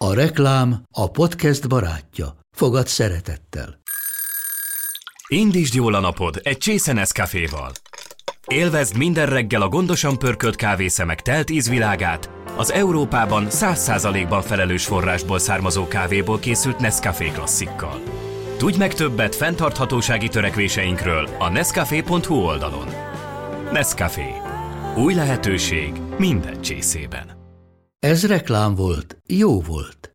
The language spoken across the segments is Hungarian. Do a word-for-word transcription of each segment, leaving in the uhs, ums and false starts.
A reklám a podcast barátja. Fogad szeretettel. Indítsd jól a napod egy csésze Nescaféval. Élvezd minden reggel a gondosan pörkölt kávészemek telt ízvilágát, az Európában száz százalékban felelős forrásból származó kávéból készült Nescafé klasszikkal. Tudj meg többet fenntarthatósági törekvéseinkről a nescafé pont hu oldalon. Nescafé. Új lehetőség minden csészében. Ez reklám volt, jó volt.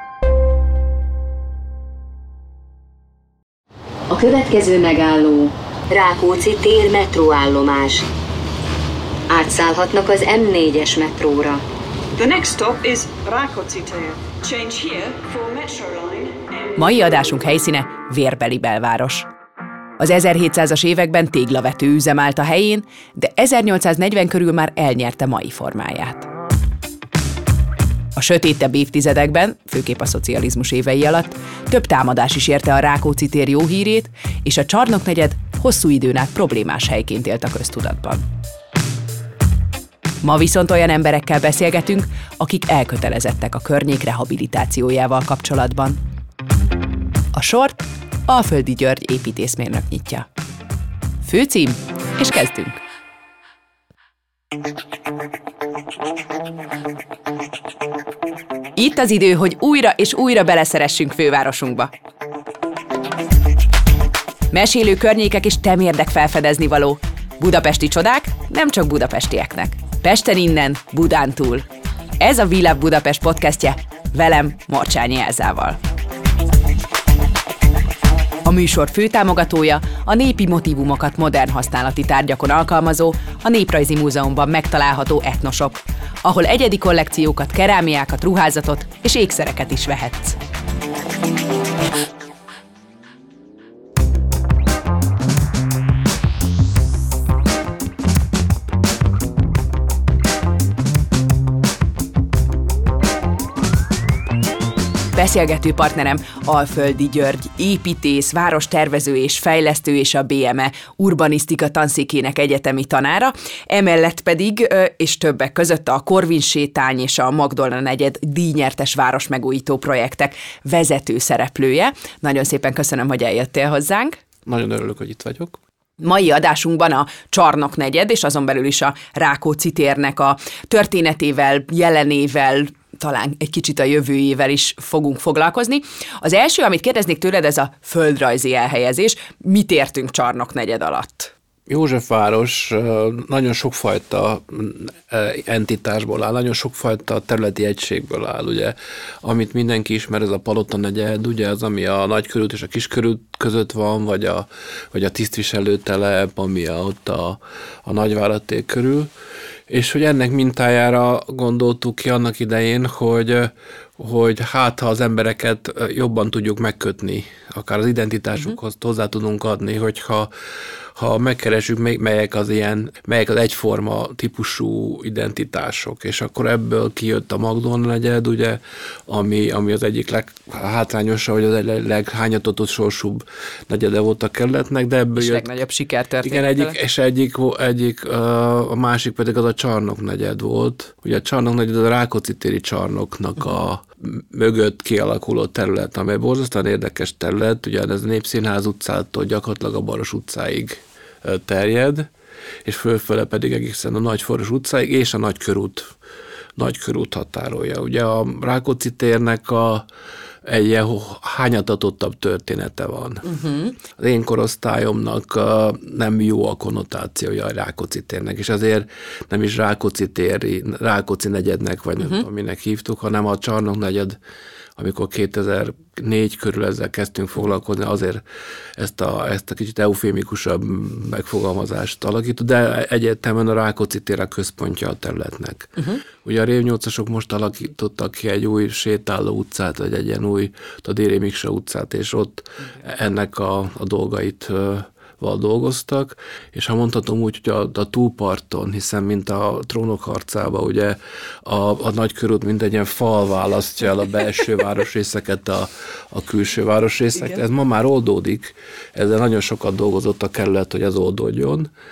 A következő megálló Rákóczi tér metróállomás. Átszállhatnak az em négyes metróra. The next stop is Rákóczi tér. Change here for metro line. Mai adásunk helyszíne Vérbeli belváros. Az ezerhétszázas években téglavető üzem állt a helyén, de ezernyolcszáznegyven körül már elnyerte mai formáját. A sötétebb évtizedekben, főképp a szocializmus évei alatt, több támadás is érte a Rákóczi tér jó hírét, és a Csarnok negyed hosszú időn át problémás helyként élt a köztudatban. Ma viszont olyan emberekkel beszélgetünk, akik elkötelezettek a környék rehabilitációjával kapcsolatban. A sort Alföldi György építészmérnök nyitja. Főcím, és kezdünk! Itt az idő, hogy újra és újra beleszeressünk fővárosunkba. Mesélő környékek és temérdek felfedezni való. Budapesti csodák nem csak budapestieknek. Pesten innen, Budán túl. Ez a We Love Budapest podcastje, velem, Morcsányi Elzával. A műsor főtámogatója a népi motívumokat modern használati tárgyakon alkalmazó, a Néprajzi Múzeumban megtalálható Etnoshop, ahol egyedi kollekciókat, kerámiákat, ruházatot és ékszereket is vehetsz. Beszélgető partnerem Alföldi György, építész, várostervező és fejlesztő és a bé em e urbanisztika tanszékének egyetemi tanára, emellett pedig, és többek között a Korvin sétány és a Magdolna negyed díjnyertes városmegújító projektek vezető szereplője. Nagyon szépen köszönöm, hogy eljöttél hozzánk. Nagyon örülök, hogy itt vagyok. Mai adásunkban a Csarnok negyed, és azon belül is a Rákóczi térnek a történetével, jelenével, talán egy kicsit a jövőjével is fogunk foglalkozni. Az első, amit kérdeznék tőled, ez a földrajzi elhelyezés. Mit értünk Csarnok negyed alatt? Józsefváros nagyon sokfajta entitásból áll, nagyon sokfajta területi egységből áll, ugye, amit mindenki ismer, ez a Palota negyed, ugye az, ami a Nagykörút és a Kiskörút között van, vagy a, vagy a tisztviselőtelep, ami a, ott a, a Nagyvárad körül, és hogy ennek mintájára gondoltuk ki annak idején, hogy, hogy hát ha az embereket jobban tudjuk megkötni, akár az identitásukhoz uh-huh. hozzá tudunk adni, hogyha ha megkeresünk, melyek az ilyen, melyek az egyforma típusú identitások, és akkor ebből kijött a Magdolna negyed, ugye, ami, ami az egyik leghátrányosabb, vagy az leghányatatott sorsúbb negyede volt a kerületnek, de ebből és jött... legnagyobb sikertörténet. Igen, egyik, és egyik, egyik, a másik pedig az a Csarnok negyed volt. Ugye a Csarnok negyed a Rákóczi téri csarnoknak a mögött kialakuló terület, amely borzasztóan érdekes terület, ugye ez a Népszínház utcától gyakorlatilag a Baros utcáig terjed, és fölfele pedig egészen a Nagyforos utcáig, és a Nagykörút, Nagykörút határolja. Ugye a Rákóczi térnek a egy ilyen hányatatottabb története van. Uh-huh. Az én korosztályomnak uh, nem jó a konnotációja a Rákóczi térnek, és azért nem is Rákóczi téri, Rákóczi negyednek, vagy uh-huh. nem tudom, minek hívtuk, hanem a Csarnok negyed, amikor kétezer-négy körül ezzel kezdtünk foglalkozni, azért ezt a, ezt a kicsit eufémikusabb megfogalmazást alakított, de egyértelműen a Rákóczi tér a központja a területnek. Uh-huh. Ugye a révnyolcasok most alakítottak ki egy új sétáló utcát, vagy egy ilyen új, a Déri Miksa utcát, és ott uh-huh. ennek a, a dolgait val dolgoztak, és ha mondhatom úgy, hogy a, a túlparton, hiszen mint a Trónok harcában, ugye a, a Nagykörút mint egy ilyen fal választja el a belső városrészeket a, a külső városrészeket. Ez ma már oldódik, ezzel nagyon sokat dolgozott a kerület, hogy ez oldódjon.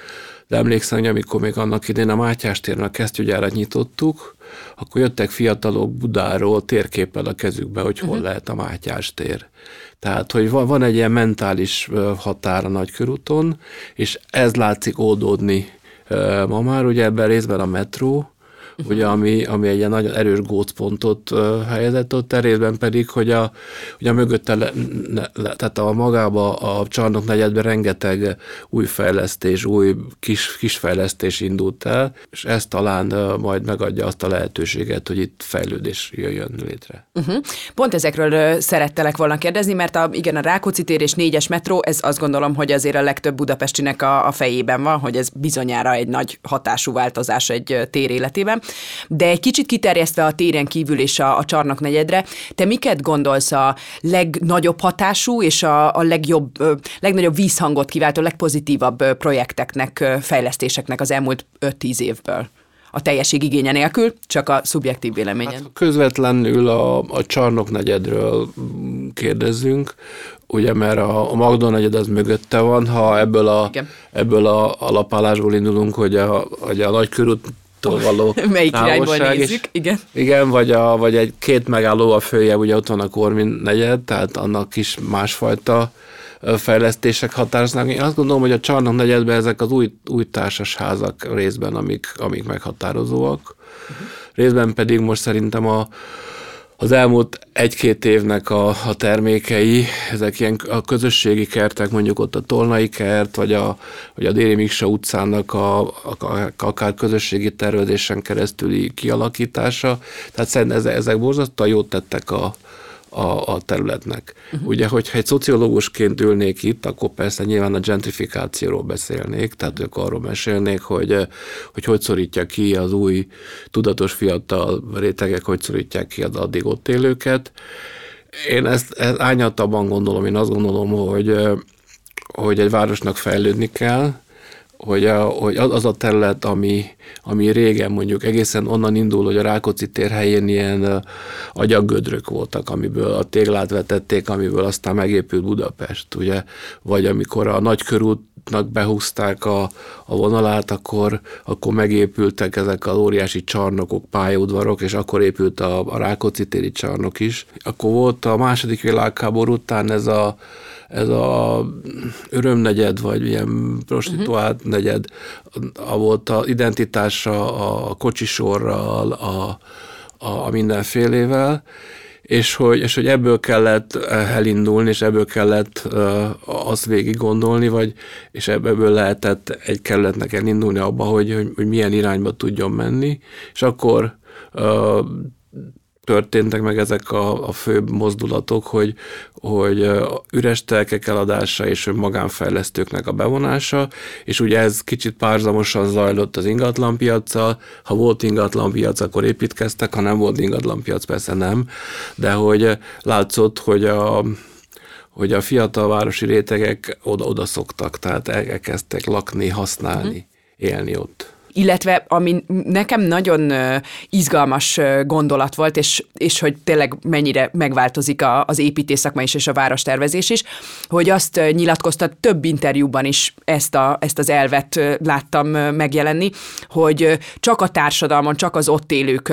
De emlékszem, hogy amikor még annak idén a Mátyás téren a kesztyűgyárat nyitottuk, akkor jöttek fiatalok Budáról térképpel a kezükbe, hogy hol uh-huh. lehet a Mátyás tér. Tehát, hogy van, van egy ilyen mentális határ a Nagykörúton, és ez látszik oldódni ma már, ugye ebben részben a metró, Uh-huh. ugye, ami, ami egy ilyen nagyon erős gócpontot uh, helyezett ott, részben pedig, hogy a, ugye a mögötte, le, ne, le, tehát a magába a Csarnok negyedben rengeteg új fejlesztés, új kis, kis fejlesztés indult el, és ez talán uh, majd megadja azt a lehetőséget, hogy itt fejlődés jöjjön létre. Uh-huh. Pont ezekről uh, szerettelek volna kérdezni, mert a, igen, a Rákóczi tér és négyes metró, ez azt gondolom, hogy azért a legtöbb budapestinek a, a fejében van, hogy ez bizonyára egy nagy hatású változás egy uh, tér életében. De egy kicsit kiterjesztve a téren kívül és a, a Csarnok negyedre, te miket gondolsz a legnagyobb hatású és a, a legjobb, legnagyobb vízhangot kiváltó, legpozitívabb projekteknek, fejlesztéseknek az elmúlt öt-tíz évből? A teljesség igénye nélkül, csak a szubjektív véleményen. Hát, közvetlenül a, a Csarnok negyedről kérdezzünk, ugye, mert a, a Magdolna negyed az mögötte van, ha ebből a, ebből a alapállásból indulunk, hogy a, hogy a Nagykörút való melyik irányból nézzük, igen. Igen, vagy, a, vagy egy két megálló a följe, ugye ott van a Korvin negyed, tehát annak is másfajta fejlesztések határoznak. Én azt gondolom, hogy a Csarnok negyedben ezek az új, új társasházak részben, amik, amik meghatározóak. Uh-huh. Részben pedig most szerintem a Az elmúlt egy-két évnek a, a termékei, ezek ilyen a közösségi kertek, mondjuk ott a Tolnai kert, vagy a, vagy a Déri Miksa utcának a, a, akár közösségi tervezésen keresztüli kialakítása. Tehát szerintem ezek borzasztóan jót tettek a, a, a területnek. Uh-huh. Ugye, hogyha egy szociológusként ülnék itt, akkor persze nyilván a gentrifikációról beszélnék, tehát ők arról mesélnék, hogy, hogy hogy szorítja ki az új tudatos fiatal rétegek, hogy szorítják ki az addig ott élőket. Én ezt, ezt ányaltabban gondolom, én azt gondolom, hogy, hogy egy városnak fejlődni kell, hogy, a, hogy az a terület, ami, ami régen mondjuk egészen onnan indul, hogy a Rákóczi tér helyén ilyen agyaggödrök voltak, amiből a téglát vetették, amiből aztán megépült Budapest, ugye? Vagy amikor a Nagykörútnak behúzták a, a vonalát, akkor, akkor megépültek ezek az óriási csarnokok, pályaudvarok, és akkor épült a, a Rákóczi téri csarnok is. Akkor volt a második világháború után ez a ez a örömnegyed, vagy ilyen prostituált uh-huh. negyed, a, volt az identitása a kocsisorral, a, a, a mindenfélével, és hogy, és hogy ebből kellett elindulni, és ebből kellett uh, azt végig gondolni, vagy, és ebből lehetett egy kerületnek elindulni abba, hogy, hogy, hogy milyen irányba tudjon menni, és akkor uh, történtek meg ezek a, a főbb mozdulatok, hogy, hogy üres telkek eladása és magánfejlesztőknek a bevonása, és ugye ez kicsit párzamosan zajlott az ingatlanpiaccal. Ha volt ingatlanpiac, akkor építkeztek, ha nem volt ingatlanpiac, persze nem, de hogy látszott, hogy a hogy a fiatal városi rétegek oda-oda szoktak, tehát elkezdtek lakni, használni, uh-huh. élni ott. Illetve ami nekem nagyon izgalmas gondolat volt, és, és hogy tényleg mennyire megváltozik a, az építészakma is, és a várostervezés is, hogy azt nyilatkozta több interjúban is ezt, a, ezt az elvet láttam megjelenni, hogy csak a társadalmon, csak az ott élők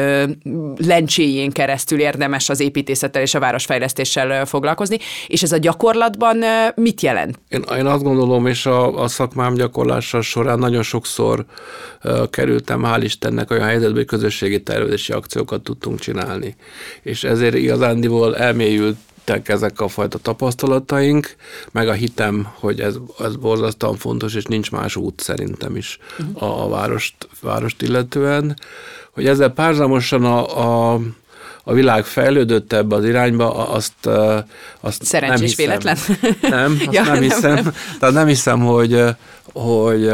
lencséjén keresztül érdemes az építészettel és a városfejlesztéssel foglalkozni, és ez a gyakorlatban mit jelent? Én, én azt gondolom, és a, a szakmám gyakorlása során nagyon sokszor kerültem, hál' Istennek, olyan helyzetben, hogy közösségi tervezési akciókat tudtunk csinálni. És ezért igazándiból elmélyültek ezek a fajta tapasztalataink, meg a hitem, hogy ez, ez borzasztóan fontos, és nincs más út szerintem is uh-huh. a, a várost, várost illetően, hogy ezzel párzamosan a, a a világ fejlődött ebbe az irányba, azt, azt szerencsés nem véletlen? Nem, azt ja, nem hiszem. Nem, nem. Tehát nem hiszem, hogy, hogy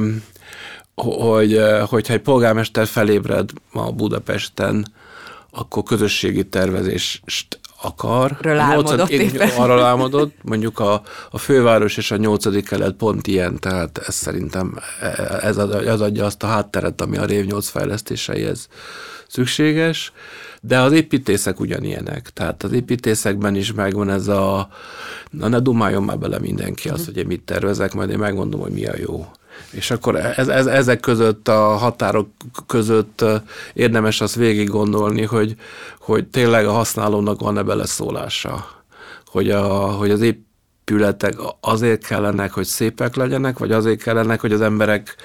hogy hogyha egy polgármester felébred ma Budapesten, akkor közösségi tervezést akar. Ről álmodott éppen. Arról álmodott, mondjuk a, a főváros és a nyolcadik kelet pont ilyen, tehát ez szerintem ez, ez adja azt a hátteret, ami a Rév nyolc fejlesztéseihez szükséges, de az építészek ugyanilyenek. Tehát az építészekben is megvan ez a, na ne dumáljon már bele mindenki azt, hogy én mit tervezek, majd én megmondom, hogy mi a jó. És akkor ez, ez, ezek között, a határok között érdemes azt végig gondolni, hogy, hogy tényleg a használónak van-e beleszólása, hogy, a, hogy az épületek azért kellenek, hogy szépek legyenek, vagy azért kellenek, hogy az emberek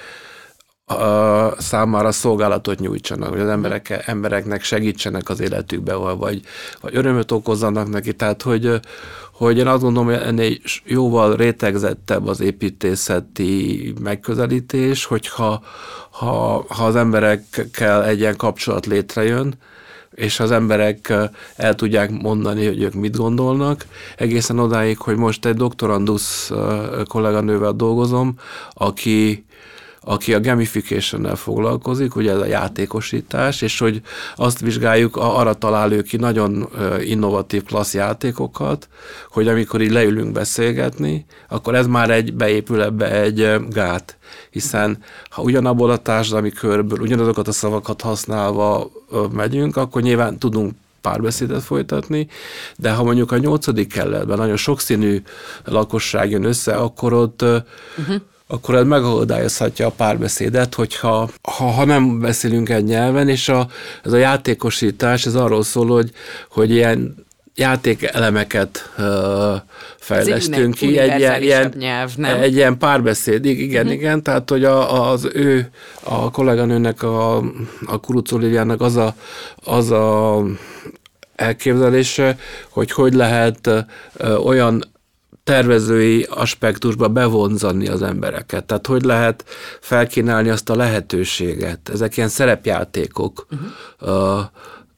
a számára szolgálatot nyújtsanak, hogy az emberek, embereknek segítsenek az életükbe, vagy, vagy örömöt okozzanak neki. Tehát, hogy, hogy én azt gondolom, hogy ennél jóval rétegzettebb az építészeti megközelítés, hogyha ha, ha az emberekkel egy ilyen kapcsolat létrejön, és az emberek el tudják mondani, hogy ők mit gondolnak, egészen odáig, hogy most egy doktorandusz kolléganővel dolgozom, aki aki a gamification-nel foglalkozik, ugye ez a játékosítás, és hogy azt vizsgáljuk, arra talál ő ki nagyon innovatív klassz játékokat, hogy amikor így leülünk beszélgetni, akkor ez már egy, beépül ebbe egy gát, hiszen ha ugyanabból a társadalmi körből, ugyanazokat a szavakat használva megyünk, akkor nyilván tudunk párbeszédet folytatni, de ha mondjuk a nyolcadik kerületben nagyon sokszínű lakosság jön össze, akkor ott uh-huh. akkor ez megoldályozhatja a párbeszédet, hogyha ha, ha nem beszélünk egy nyelven, és a, ez a játékosítás, ez arról szól, hogy, hogy ilyen játékelemeket uh, fejlesztünk ki. Egy ilyen, ilyen, nyelv, nem? egy ilyen párbeszéd, igen, uh-huh. igen, tehát hogy a, az ő, a kolléganőnek, a, a Kuruc Oliviának az a, az a elképzelése, hogy hogy lehet uh, olyan tervezői aspektusba bevonzani az embereket. Tehát hogy lehet felkínálni azt a lehetőséget. Ezek ilyen szerepjátékok, uh-huh. uh,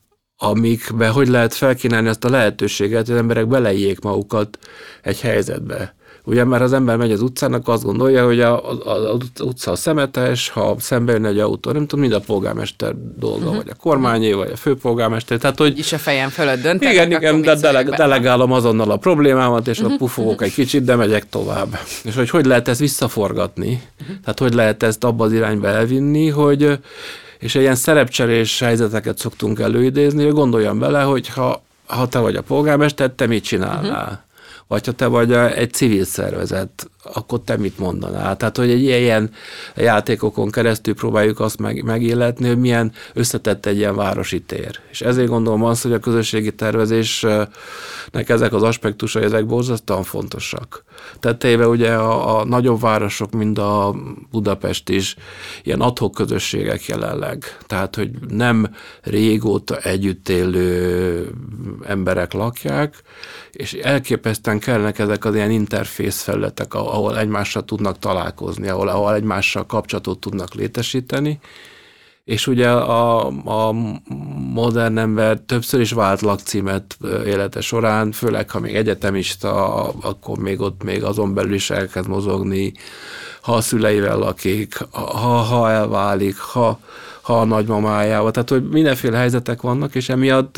amikbe hogy lehet felkínálni azt a lehetőséget, hogy az emberek beleéljék magukat egy helyzetbe. Ugye már az ember megy az utcának, azt gondolja, hogy a, a, a utca szemetes, ha szembe jön egy autó, nem tudom, mind a polgármester dolga, uh-huh. vagy a kormányé, vagy a főpolgármester. Tehát, hogy is a fejem fölött döntenek. Igen, igen, de deleg, delegálom azonnal a problémámat, és uh-huh. pufogok egy kicsit, de megyek tovább. És hogy hogy lehet ezt visszaforgatni? Uh-huh. Tehát hogy lehet ezt abba az irányba elvinni, hogy és ilyen szerepcserés helyzeteket szoktunk előidézni, hogy gondoljam bele, hogy ha, ha te vagy a polgármester, te mit csinálnál? Uh-huh. Vagy ha te vagy egy civil szervezet, akkor te mit mondanál? Tehát, hogy egy ilyen játékokon keresztül próbáljuk azt meg, megilletni, hogy milyen összetett egy ilyen városi tér. És ezért gondolom azt, hogy a közösségi tervezésnek ezek az aspektusai, ezek borzasztóan fontosak. Tettéve ugye a, a nagyobb városok, mint a Budapest is, ilyen ad-hoc közösségek jelenleg. Tehát, hogy nem régóta együtt élő emberek lakják, és elképesztően kellnek ezek az ilyen interfész felületek, ahol egymással tudnak találkozni, ahol, ahol egymással kapcsolatot tudnak létesíteni, és ugye a, a modern ember többször is vált lakcímet élete során, főleg ha még egyetemista, akkor még ott még azon belül is elkezd mozogni, ha a szüleivel lakik, ha, ha elválik, ha, ha a nagymamájával, tehát hogy mindenféle helyzetek vannak, és emiatt,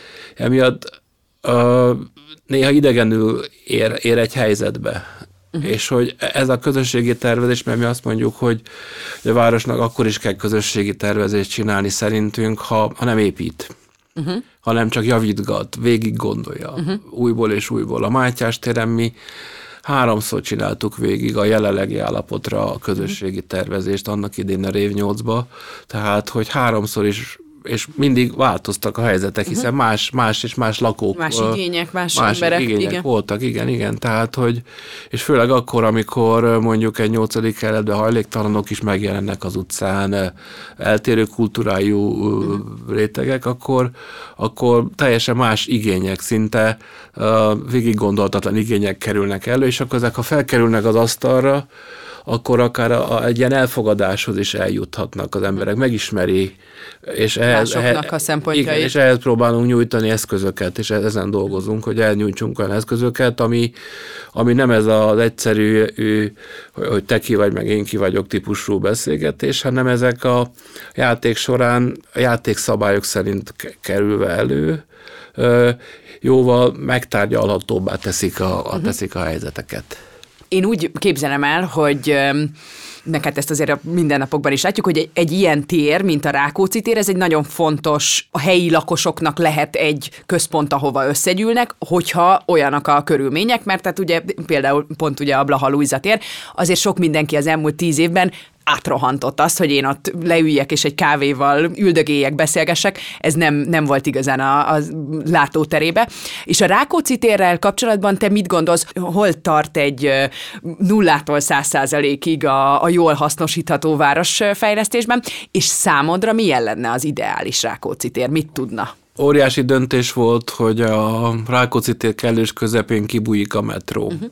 emiatt uh, néha idegenül ér, ér egy helyzetbe. Uh-huh. És hogy ez a közösségi tervezés, mert mi azt mondjuk, hogy a városnak akkor is kell közösségi tervezést csinálni szerintünk, ha, ha nem épít, uh-huh. hanem csak javítgat, végig gondolja, uh-huh. újból és újból. A Mátyás téren mi háromszor csináltuk végig a jelenlegi állapotra a közösségi tervezést, annak idén a Rév nyolcba, tehát hogy háromszor is, és mindig változtak a helyzetek, hiszen uh-huh. más, más és más lakók. Más igények, más, más emberek. igények igen. voltak, igen, igen. Tehát, hogy, és főleg akkor, amikor mondjuk egy nyolcadik kerületben hajléktalanok is megjelennek az utcán, eltérő kultúrájú uh-huh. rétegek, akkor, akkor teljesen más igények, szinte uh, végig gondoltatlan igények kerülnek elő, és akkor ezek, ha felkerülnek az asztalra, akkor akár a, a, egy ilyen elfogadáshoz is eljuthatnak az emberek, megismeri, és ehhez, másoknak a szempontjait. Igen, és ehhez próbálunk nyújtani eszközöket, és ezen dolgozunk, hogy elnyújtsunk olyan eszközöket, ami, ami nem ez az egyszerű, hogy te ki vagy, meg én ki vagyok típusú beszélgetés, hanem ezek a játék során, a játékszabályok szerint kerülve elő, jóval megtárgyalhatóbbá teszik a, a, teszik a helyzeteket. Én úgy képzelem el, hogy meg hát ezt azért a mindennapokban is látjuk, hogy egy, egy ilyen tér, mint a Rákóczi tér, ez egy nagyon fontos, a helyi lakosoknak lehet egy központ, ahova összegyűlnek, hogyha olyanak a körülmények, mert tehát ugye például pont ugye a Blaha Lujza tér, azért sok mindenki az elmúlt tíz évben átrohantott azt, hogy én ott leüljek és egy kávéval üldögéljek, beszélgessek, ez nem, nem volt igazán a, a látóterébe. És a Rákóczi térrel kapcsolatban te mit gondolsz, hol tart egy nullától száz százalékig a, a jól hasznosítható városfejlesztésben, és számodra milyen lenne az ideális Rákóczi tér? Mit tudna? Óriási döntés volt, hogy a Rákóczi tér kellős közepén kibújik a metró. Uh-huh.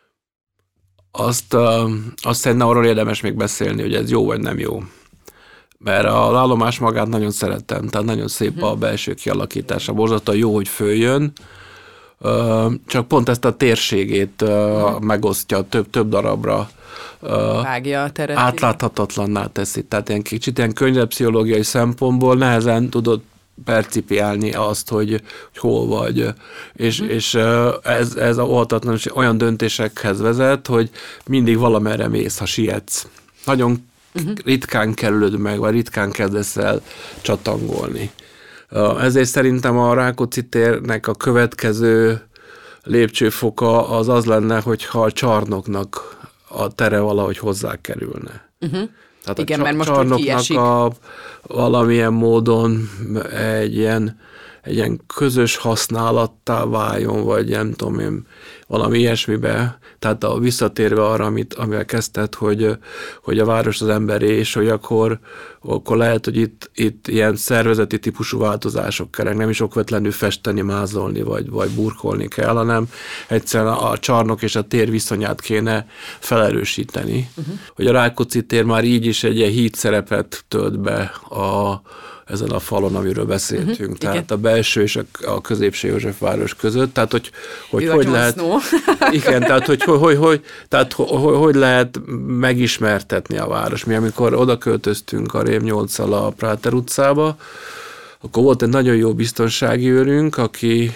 Azt, uh, azt szerintem arról érdemes még beszélni, hogy ez jó vagy nem jó. Mert az állomás magát nagyon szeretem, tehát nagyon szép uh-huh. a belső kialakítása. Borzasztóan jó, hogy följön, uh, csak pont ezt a térségét uh, uh-huh. megosztja több, több darabra. Uh, Vágja a teret. Átláthatatlanná teszi. Tehát ilyen kicsit ilyen könyvepszichológiai szempontból nehezen tudod percipiálni azt, hogy, hogy hol vagy, és, mm. és ez, ez a óhatatlan olyan döntésekhez vezet, hogy mindig valamerre mész, ha sietsz. Nagyon mm-hmm. ritkán kerülöd meg, vagy ritkán kezdesz el csatangolni. Ezért szerintem a Rákóczi térnek a következő lépcsőfoka az az lenne, hogyha a csarnoknak a tere valahogy hozzá kerülne. Mm-hmm. Tehát igen, a mert most csarnoknak a valamilyen módon egy ilyen, egy ilyen közös használattá váljon, vagy nem tudom én, valami ilyesmibe. Tehát a visszatérve arra, amit, amivel kezdted, hogy, hogy a város az emberé, és hogy akkor, akkor lehet, hogy itt, itt ilyen szervezeti típusú változások kell, nem is okvetlenül festeni, mázolni, vagy, vagy burkolni kell, hanem egyszerűen a csarnok és a tér viszonyát kéne felerősíteni. Uh-huh. Hogy a Rákóczi tér már így is egy ilyen híd szerepet tölt be a ezen a falon, amiről beszéltünk, uh-huh, tehát igen. a belső és a, a középső Józsefváros között, tehát hogy hogy, hogy lehet igen, tehát hogy hogy, hogy, hogy, tehát, hogy, hogy lehet megismertetni a város. Mi amikor oda költöztünk a Rév nyolccal a Práter utcába, akkor volt egy nagyon jó biztonsági őrünk, aki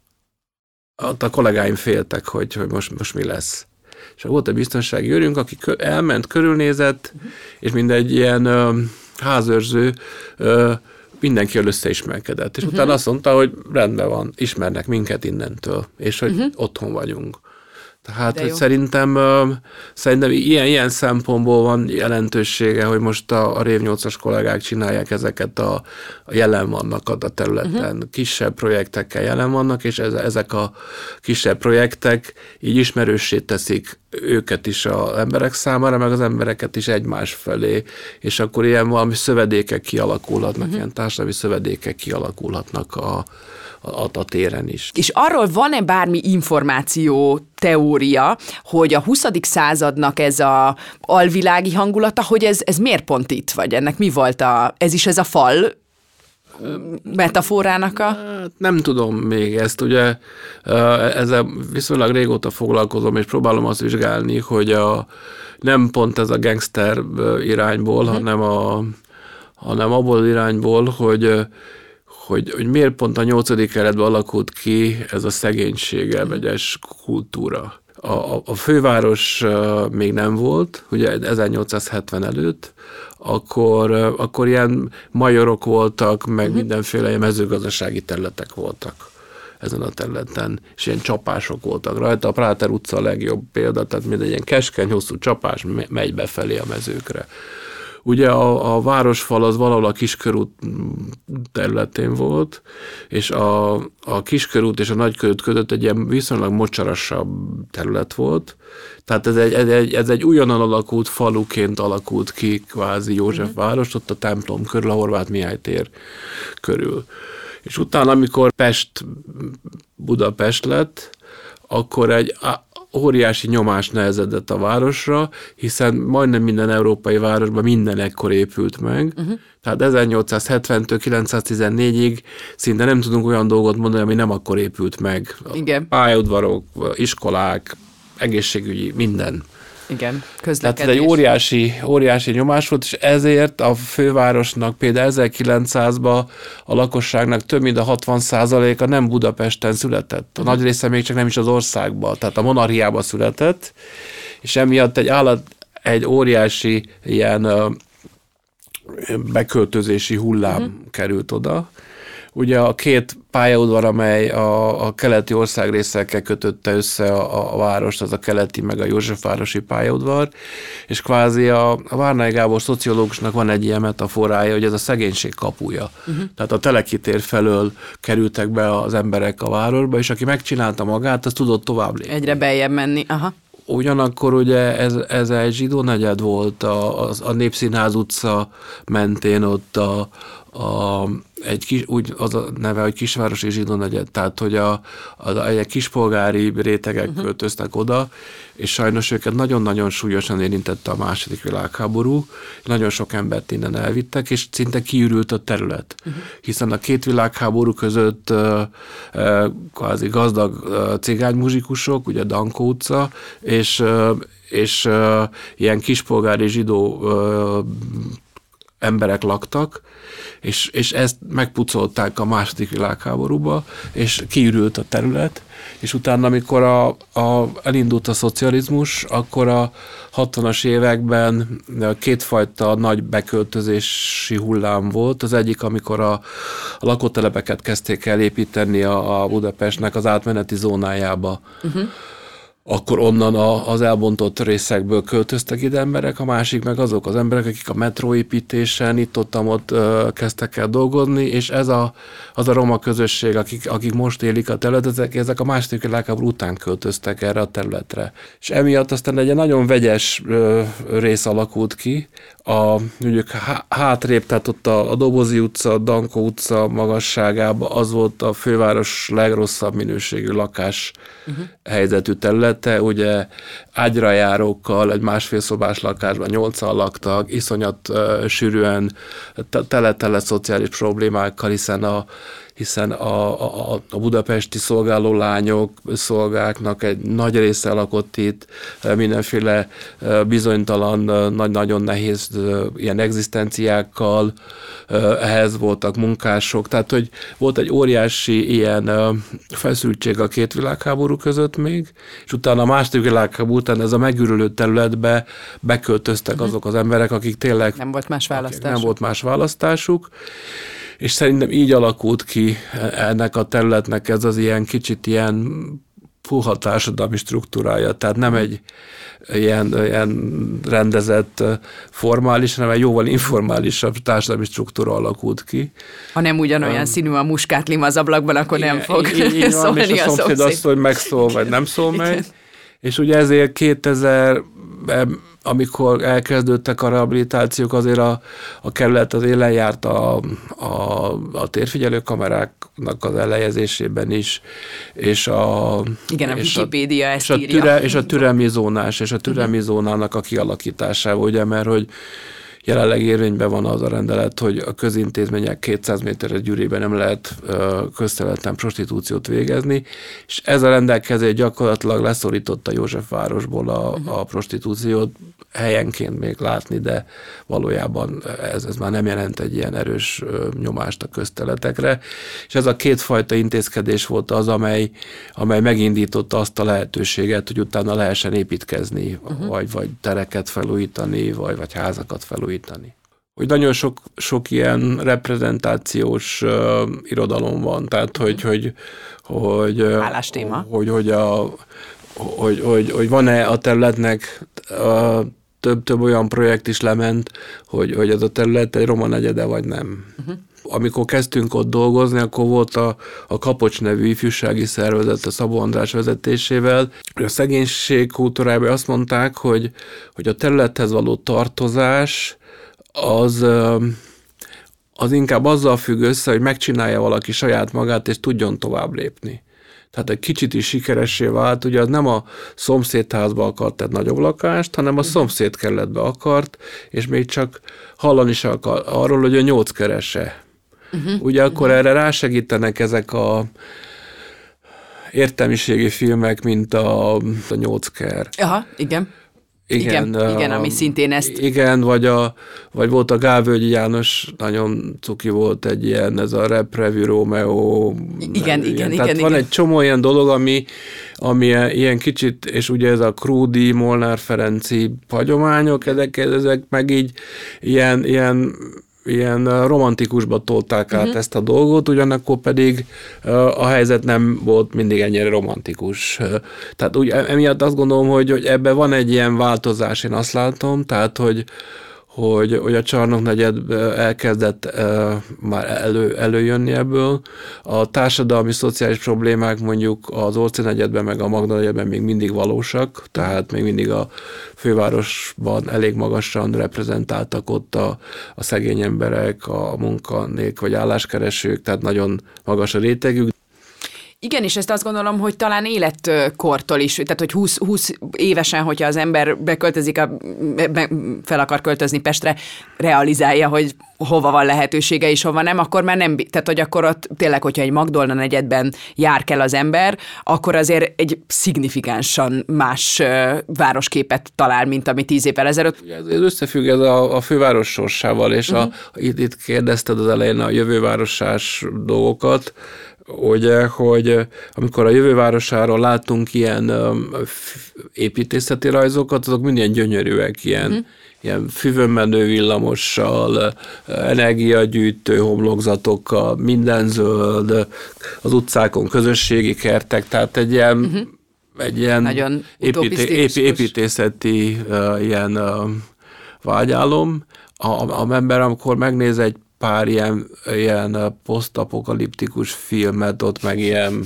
a kollégáim féltek, hogy, hogy most, most mi lesz. És volt egy biztonsági őrünk, aki elment, körülnézett, uh-huh. és mindegy ilyen házőrző, mindenkivel összeismerkedett. És uh-huh. utána azt mondta, hogy rendben van, ismernek minket innentől, és hogy uh-huh. otthon vagyunk. Tehát hogy szerintem, szerintem ilyen, ilyen szempontból van jelentősége, hogy most a, a Rév nyolcas kollégák csinálják ezeket a, a jelen vannak a területen. Uh-huh. Kisebb projektekkel jelen vannak, és ez, ezek a kisebb projektek így ismerőssé teszik őket is az emberek számára, meg az embereket is egymás felé, és akkor ilyen valami szövedékek kialakulhatnak, uh-huh. ilyen társadalmi szövedékek kialakulhatnak a A, a téren is. És arról van-e bármi információ, teória, hogy a huszadik századnak ez a alvilági hangulata, hogy ez, ez miért pont itt vagy? Ennek mi volt a, ez is ez a fal metaforának a... Hát nem tudom még ezt, ugye ezzel viszonylag régóta foglalkozom, és próbálom azt vizsgálni, hogy a, nem pont ez a gangster irányból, hmm. hanem, a, hanem abból irányból, hogy Hogy, hogy miért pont a nyolcadik keretben alakult ki ez a szegénység elmegyes kultúra. A, a, a főváros uh, még nem volt, ugye ezernyolcszázhetven előtt, akkor, uh, akkor ilyen majorok voltak, meg uh-huh. mindenféle ilyen mezőgazdasági területek voltak ezen a területen, és ilyen csapások voltak rajta. A Práter utca a legjobb példa, tehát mindegy ilyen keskeny, hosszú csapás megy befelé a mezőkre. Ugye a, a városfal az valahol a Kiskörút területén volt, és a, a Kiskörút és a Nagykörút között egy ilyen viszonylag mocsarasabb terület volt. Tehát ez egy, ez egy, ez egy újonnan alakult faluként alakult ki kvázi Józsefváros, ott a templom körül, a Horváth Mihály tér körül. És utána, amikor Pest Budapest lett, akkor egy óriási nyomás nehezedett a városra, hiszen majdnem minden európai városban minden ekkor épült meg. Uh-huh. Tehát ezernyolcszázhetventől kilencszáztizennégyig szinte nem tudunk olyan dolgot mondani, ami nem akkor épült meg. Igen. Pályaudvarok, iskolák, egészségügyi, minden. Igen, közlekedés. Tehát ez egy óriási, óriási nyomás volt, és ezért a fővárosnak például ezerkilencszázban a lakosságnak több mint a hatvan százaléka nem Budapesten született. A uh-huh. nagy része még csak nem is az országban, tehát a monarchiában született, és emiatt egy állat egy óriási ilyen beköltözési hullám uh-huh. került oda. Ugye a két pályaudvar, amely a, a keleti országrészekkel kötötte össze a, a várost, az a keleti meg a Józsefvárosi pályaudvar, és kvázi a, a Várnai Gábor szociológusnak van egy ilyen metaforája, hogy ez a szegénység kapuja. Uh-huh. Tehát a Teleki tér felől kerültek be az emberek a városba, és aki megcsinálta magát, az tudott tovább lépni. Egyre beljebb menni, aha. Ugyanakkor ugye ez, ez egy zsidó negyed volt, a, a, a Népszínház utca mentén ott a, a, egy kis, úgy az a neve, hogy kisvárosi zsidó negyed, tehát hogy a, a, egy kispolgári rétegek uh-huh. költöztek oda, és sajnos őket nagyon-nagyon súlyosan érintette a második világháború, nagyon sok embert innen elvittek, és szinte kiürült a terület, uh-huh. hiszen a két világháború között uh, uh, kvázi gazdag uh, cigánymuzsikusok, ugye Dankó utca, és, uh, és uh, ilyen kispolgári zsidó uh, emberek laktak, és, és ezt megpucolták a második világháborúba, és kiürült a terület, és utána, amikor a, a, elindult a szocializmus, akkor a hatvanas években kétfajta nagy beköltözési hullám volt. Az egyik, amikor a, a lakótelepeket kezdték el építeni a, a Budapestnek az átmeneti zónájába. Uh-huh. Akkor onnan a, az elbontott részekből költöztek ide emberek, a másik meg azok az emberek, akik a metróépítésen itt-ott-ott uh, kezdtek el dolgozni, és ez a, az a roma közösség, akik, akik most élik a területet, ezek, ezek a második világháború után költöztek erre a területre. És emiatt aztán egy nagyon vegyes uh, rész alakult ki, a, mondjuk hátrébb, tehát ott a, a Dobozi utca, a Dankó utca magasságában az volt a főváros legrosszabb minőségű lakás uh-huh. helyzetű területe, ugye ágyrajárókkal, egy másfél szobás lakásban nyolcan laktak, iszonyat uh, sűrűen, tele-tele szociális problémákkal, hiszen a hiszen a, a, a budapesti szolgáló lányok, szolgáknak egy nagy része lakott itt, mindenféle bizonytalan, nagy, nagyon nehéz ilyen egzisztenciákkal, ehhez voltak munkások, tehát hogy volt egy óriási ilyen feszültség a két világháború között még, és utána a második világháború után ez a megürülő területbe beköltöztek uh-huh. azok az emberek, akik tényleg nem volt más választásuk. Nem volt más választásuk. És szerintem így alakult ki ennek a területnek ez az ilyen kicsit ilyen puha társadalmi struktúrája, tehát nem egy ilyen, ilyen rendezett formális, hanem egy jóval informálisabb társadalmi struktúra alakult ki. Ha nem ugyanolyan um, színű a muskátlima az ablakban, akkor nem fog így, így szólni és a, a szomszéd azt, hogy megszól, vagy nem szól meg. És ugye ezért kétezerben, amikor elkezdődtek a rehabilitációk, azért a, a kerület az élen járt a, a, a térfigyelő kameráknak az elhelyezésében is, és a... Igen, a és Wikipédia a, ezt és írja. A türe, és a türelmi zónás, és a türelmi uh-huh. zónának a kialakításával, ugye, mert hogy jelenleg érvényben van az a rendelet, hogy a közintézmények kétszáz méteres gyűrűben nem lehet közterületen prostitúciót végezni, és ez a rendelkezés gyakorlatilag leszorította Józsefvárosból a, uh-huh. a prostitúciót, helyenként még látni, de valójában ez, ez már nem jelent egy ilyen erős nyomást a közterületekre, és ez a kétfajta intézkedés volt az, amely, amely megindította azt a lehetőséget, hogy utána lehessen építkezni, uh-huh. vagy, vagy tereket felújítani, vagy, vagy házakat felújítani. Hogy nagyon sok, sok ilyen reprezentációs uh, irodalom van, tehát hogy, hogy, hogy, Hálás téma. hogy, hogy, a, hogy, hogy, hogy van-e a területnek a, több, több olyan projekt is lement, hogy, hogy ez a terület egy roma negyede, vagy nem. Uh-huh. Amikor kezdtünk ott dolgozni, akkor volt a, a Kapocs nevű ifjúsági szervezet a Szabó András vezetésével. A szegénység kultúrájában azt mondták, hogy, hogy a területhez való tartozás az, az inkább azzal függ össze, hogy megcsinálja valaki saját magát, és tudjon tovább lépni. Tehát egy kicsit is sikeressé vált, ugye az nem a szomszédházba akart egy nagyobb lakást, hanem a szomszédkerületbe akart, és még csak hallani is akar arról, hogy a nyolc keresse. Uh-huh. Ugye akkor uh-huh. erre rásegítenek ezek a értelmiségi filmek, mint a, a nyolc ker. Aha, igen. Igen, igen, igen, ami szintén ezt... Igen, vagy, a, vagy volt a Gálvölgyi János, nagyon cuki volt egy ilyen, ez a Rap Revue Romeo. Igen, igen, igen. Tehát igen, van igen. egy csomó ilyen dolog, ami, ami ilyen kicsit, és ugye ez a Krúdi, Molnár Ferenci hagyományok, ezek, ezek meg így ilyen, ilyen ilyen romantikusba tolták át uh-huh. ezt a dolgot, ugyanakkor pedig a helyzet nem volt mindig ennyire romantikus. Tehát úgy, emiatt azt gondolom, hogy, hogy ebben van egy ilyen változás, én azt látom, tehát, hogy hogy, hogy a Csarnoknegyed elkezdett uh, már elő, előjönni ebből. A társadalmi, szociális problémák mondjuk az Orci negyedben meg a Magda negyedben még mindig valósak, tehát még mindig a fővárosban elég magasan reprezentáltak ott a, a szegény emberek, a munkanék vagy álláskeresők, tehát nagyon magas a rétegük. Igen, és ezt azt gondolom, hogy talán életkortól is, tehát hogy húsz, húsz évesen, hogyha az ember beköltözik, a, be, fel akar költözni Pestre, realizálja, hogy hova van lehetősége és hova nem, akkor már nem, tehát hogy akkor ott tényleg, hogyha egy Magdolna negyedben jár kell az ember, akkor azért egy szignifikánsan más városképet talál, mint ami tíz évvel ezelőtt. Ez összefügg ez a, a főváros sorsával, és uh-huh. a, itt, itt kérdezted az elején a jövővárosás dolgokat, ugye, hogy amikor a jövővárosáról láttunk ilyen um, építészeti rajzokat, azok mind ilyen gyönyörűek, ilyen, uh-huh. ilyen füvön menő villamossal, energiagyűjtő homlokzatokkal, minden zöld, az utcákon közösségi kertek, tehát egy ilyen, uh-huh. egy ilyen építé, épi, építészeti uh, ilyen uh, vágyálom. A, a ember, amikor megnéz egy pár ilyen, ilyen posztapokaliptikus filmet, ott meg ilyen,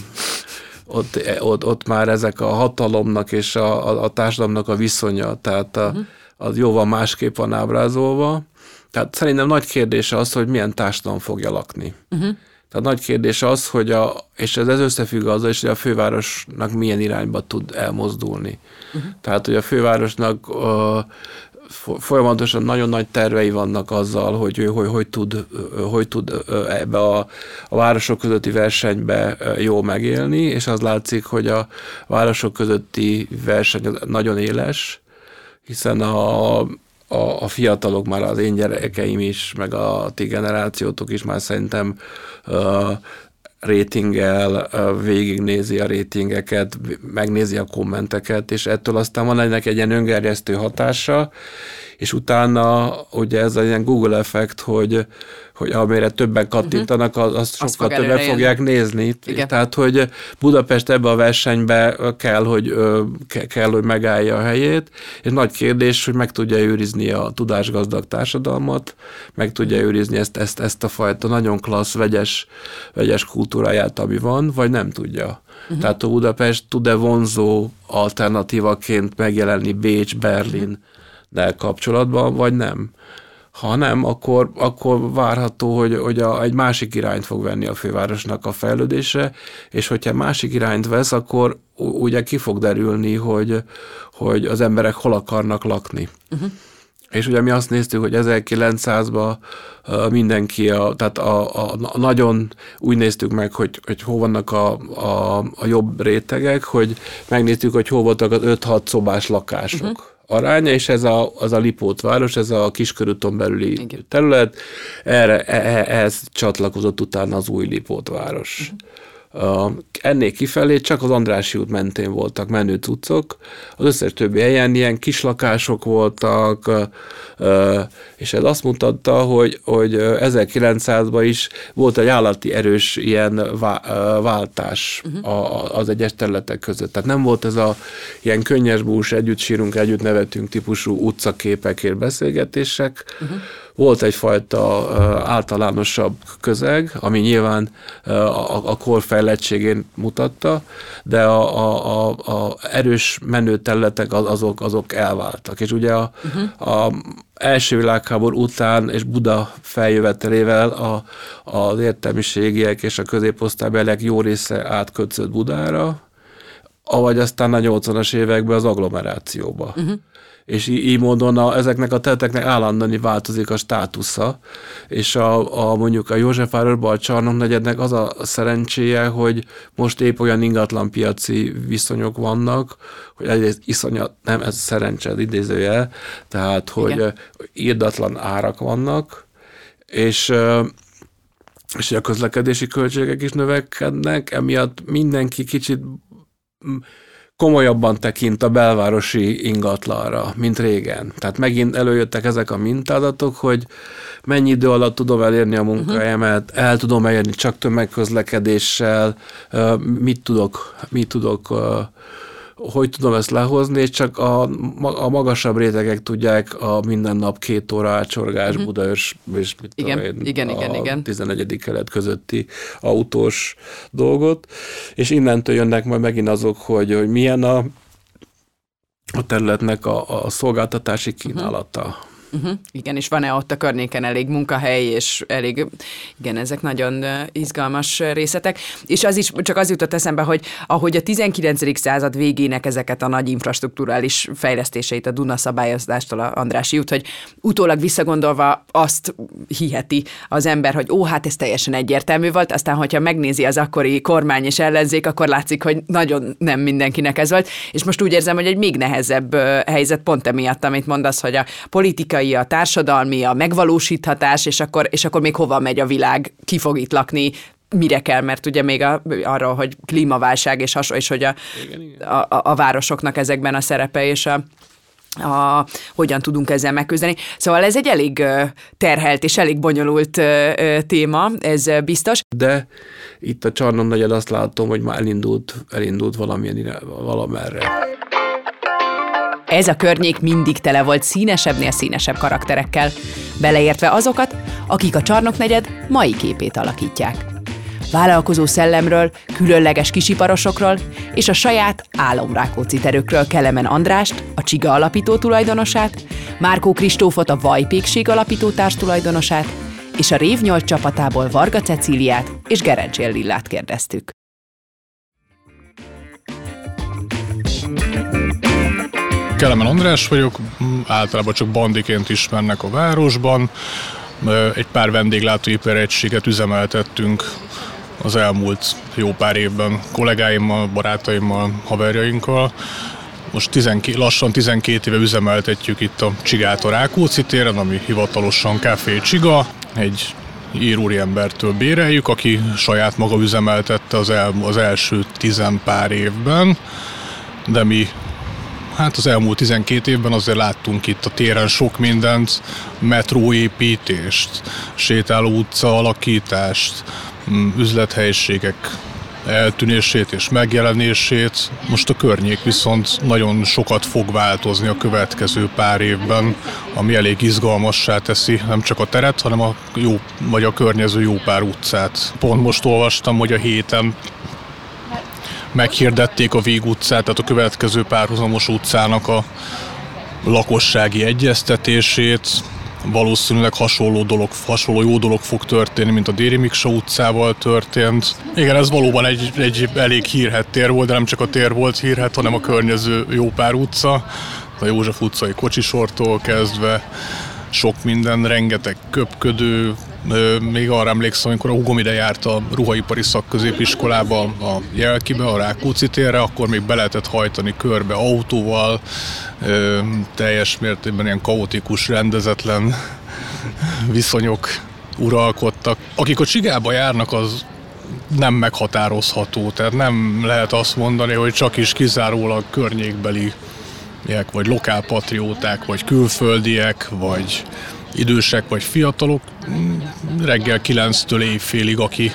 ott, ott, ott már ezek a hatalomnak és a, a, a társadalomnak a viszonya, tehát a, uh-huh. az jóval másképp van ábrázolva. Tehát szerintem nagy kérdés az, hogy milyen társadalom fogja lakni. Uh-huh. Tehát nagy kérdés az, hogy a, és ez, ez összefügg azzal is, hogy a fővárosnak milyen irányba tud elmozdulni. Uh-huh. Tehát, hogy a fővárosnak uh, folyamatosan nagyon nagy tervei vannak azzal, hogy ő hogy, hogy, tud, hogy tud ebbe a, a városok közötti versenybe jól megélni, és az látszik, hogy a városok közötti verseny nagyon éles, hiszen a, a, a fiatalok, már az én gyerekeim is, meg a ti generációtok is már szerintem uh, rétinggel, végignézi a rétingeket, megnézi a kommenteket, és ettől aztán van ennek egy ilyen öngerjesztő hatása, és utána ugye ez egy ilyen Google effekt, hogy, hogy amire többen kattintanak, az, azt sokkal fog többen fogják nézni. Igen. Tehát, hogy Budapest ebbe a versenybe kell, hogy, kell, hogy megállja a helyét, és nagy kérdés, hogy meg tudja őrizni a tudásgazdag társadalmat, meg tudja őrizni ezt, ezt, ezt a fajta nagyon klassz, vegyes, vegyes kultúráját, ami van, vagy nem tudja. Uh-huh. Tehát a Budapest tud-e vonzó alternatívaként megjelenni Bécs, Berlin de kapcsolatban, vagy nem. Ha nem, akkor, akkor várható, hogy, hogy a, egy másik irányt fog venni a fővárosnak a fejlődése, és hogyha másik irányt vesz, akkor ugye ki fog derülni, hogy, hogy az emberek hol akarnak lakni. Uh-huh. És ugye mi azt néztük, hogy ezerkilencszázban mindenki, a, tehát a, a, a nagyon úgy néztük meg, hogy, hogy hol vannak a, a, a jobb rétegek, hogy megnéztük, hogy hol voltak az öt-hat szobás lakások. Uh-huh. aránya, és ez a, az a Lipótváros, ez a Kiskörúton belüli Igen. terület, erre, ehhez csatlakozott utána az új Lipótváros. Uh-huh. Uh, ennél kifelé csak az Andrássy út mentén voltak menő cuccok, az összes többi helyen ilyen kislakások voltak, uh, uh, és ez azt mutatta, hogy, hogy ezerkilencszázban is volt egy állati erős ilyen vá, uh, váltás uh-huh. a, az egyes területek között. Tehát nem volt ez a ilyen könnyesbús, együtt sírunk, együtt nevetünk típusú utcaképekért beszélgetések, uh-huh. Volt egyfajta uh, általánosabb közeg, ami nyilván uh, a, a kor fejlettségén mutatta, de a, a, a, a erős menő területek azok, azok elváltak. És ugye a, uh-huh. a első világháború után és Buda feljövetelével a, az értelmiségiek és a középosztálybeliek jó része átkötött Budára, avagy aztán a nyolcvanas években az agglomerációba. Uh-huh. És így, így módon a, ezeknek a területeknek állandóan változik a státusza, és a, a mondjuk a Józsefvárosban a Csarnoknegyednek az a szerencséje, hogy most épp olyan ingatlanpiaci viszonyok vannak, hogy egyrészt iszonyat, nem ez szerencse, az idézője, tehát hogy igen, irdatlan árak vannak, és és a közlekedési költségek is növekednek, emiatt mindenki kicsit komolyabban tekint a belvárosi ingatlanra, mint régen. Tehát megint előjöttek ezek a mintázatok, hogy mennyi idő alatt tudom elérni a munkahelyemet, el tudom elérni csak tömegközlekedéssel, mit tudok, mit tudok, hogy tudom ezt lehozni, és csak a, a magasabb rétegek tudják a minden nap két óra átcsorgás uh-huh. Budaörs és mit igen, tudom én, igen, a igen, igen. tizennegyedik kelet közötti autós dolgot, és innentől jönnek majd megint azok, hogy, hogy milyen a, a területnek a, a szolgáltatási kínálata. Uh-huh. Uh-huh. Igen, és van-e ott a környéken elég munkahely, és elég, igen, ezek nagyon izgalmas részletek. És az is, csak az jutott eszembe, hogy ahogy a tizenkilencedik század végének ezeket a nagy infrastrukturális fejlesztéseit, a Duna szabályozástól a Andrássy út, hogy utólag visszagondolva azt hiheti az ember, hogy ó, hát ez teljesen egyértelmű volt, aztán, hogyha megnézi az akkori kormány és ellenzék, akkor látszik, hogy nagyon nem mindenkinek ez volt, és most úgy érzem, hogy egy még nehezebb helyzet pont emiatt, amit mondasz, hogy a politika, a társadalmi, a megvalósíthatás, és akkor, és akkor még hova megy a világ, ki fog itt lakni, mire kell, mert ugye még a, arról, hogy klímaválság, és, has, és hogy a, igen, igen. A, a, a városoknak ezekben a szerepe, és a, a, hogyan tudunk ezzel megküzdeni. Szóval ez egy elég terhelt és elég bonyolult téma, ez biztos. De itt a Csarnoknegyed azt látom, hogy már elindult, elindult valamilyen valamerre. Ez a környék mindig tele volt színesebbnél színesebb karakterekkel, beleértve azokat, akik a Csarnoknegyed mai képét alakítják. Vállalkozó szellemről, különleges kisiparosokról és a saját álomrákóczi-terőkről Kelemen Andrást, a Csiga alapító tulajdonosát, Márkó Kristófot, a Vajpékség alapító társtulajdonosát, és a Rév nyolc csapatából Varga Cecíliát és Gerencsér Lillát kérdeztük. Kelemen András vagyok, általában csak bandiként ismernek a városban. Egy pár vendéglátóipari egységet üzemeltettünk az elmúlt jó pár évben kollégáimmal, barátaimmal, haverjainkkal. Most tizenkét, lassan tizenkét éve üzemeltetjük itt a Csigát a Rákóczi téren, ami hivatalosan Café Csiga. Egy ír úriembertől béreljük, aki saját maga üzemeltette az, el, az első tizen pár évben, de mi hát az elmúlt tizenkét évben azért láttunk itt a téren sok mindent, metróépítést, sétáló utca alakítást, üzlethelyiségek eltűnését és megjelenését. Most a környék viszont nagyon sokat fog változni a következő pár évben, ami elég izgalmassá teszi nem csak a teret, hanem a jó, vagy a környező jó pár utcát. Pont most olvastam, hogy a héten meghirdették a Víg utcát, tehát a következő párhuzamos utcának a lakossági egyeztetését. Valószínűleg hasonló, dolog, hasonló jó dolog fog történni, mint a Déri Miksa utcával történt. Igen, ez valóban egy, egy elég hírhedt tér volt, de nem csak a tér volt hírhedt, hanem a környező jó pár utca. A József utcai kocsisortól kezdve sok minden, rengeteg köpködő. Még arra emlékszem, amikor a húgom ide járt a ruhaipari szakközépiskolába, a Jelkibe, a Rákóczi térre, akkor még be lehetett hajtani körbe autóval, teljes mértékben ilyen kaotikus, rendezetlen viszonyok uralkodtak. Akik a Csigába járnak, az nem meghatározható, tehát nem lehet azt mondani, hogy csak is kizárólag környékbeli vagy lokálpatrióták, vagy külföldiek, vagy idősek, vagy fiatalok. Reggel kilenctől éjfélig, aki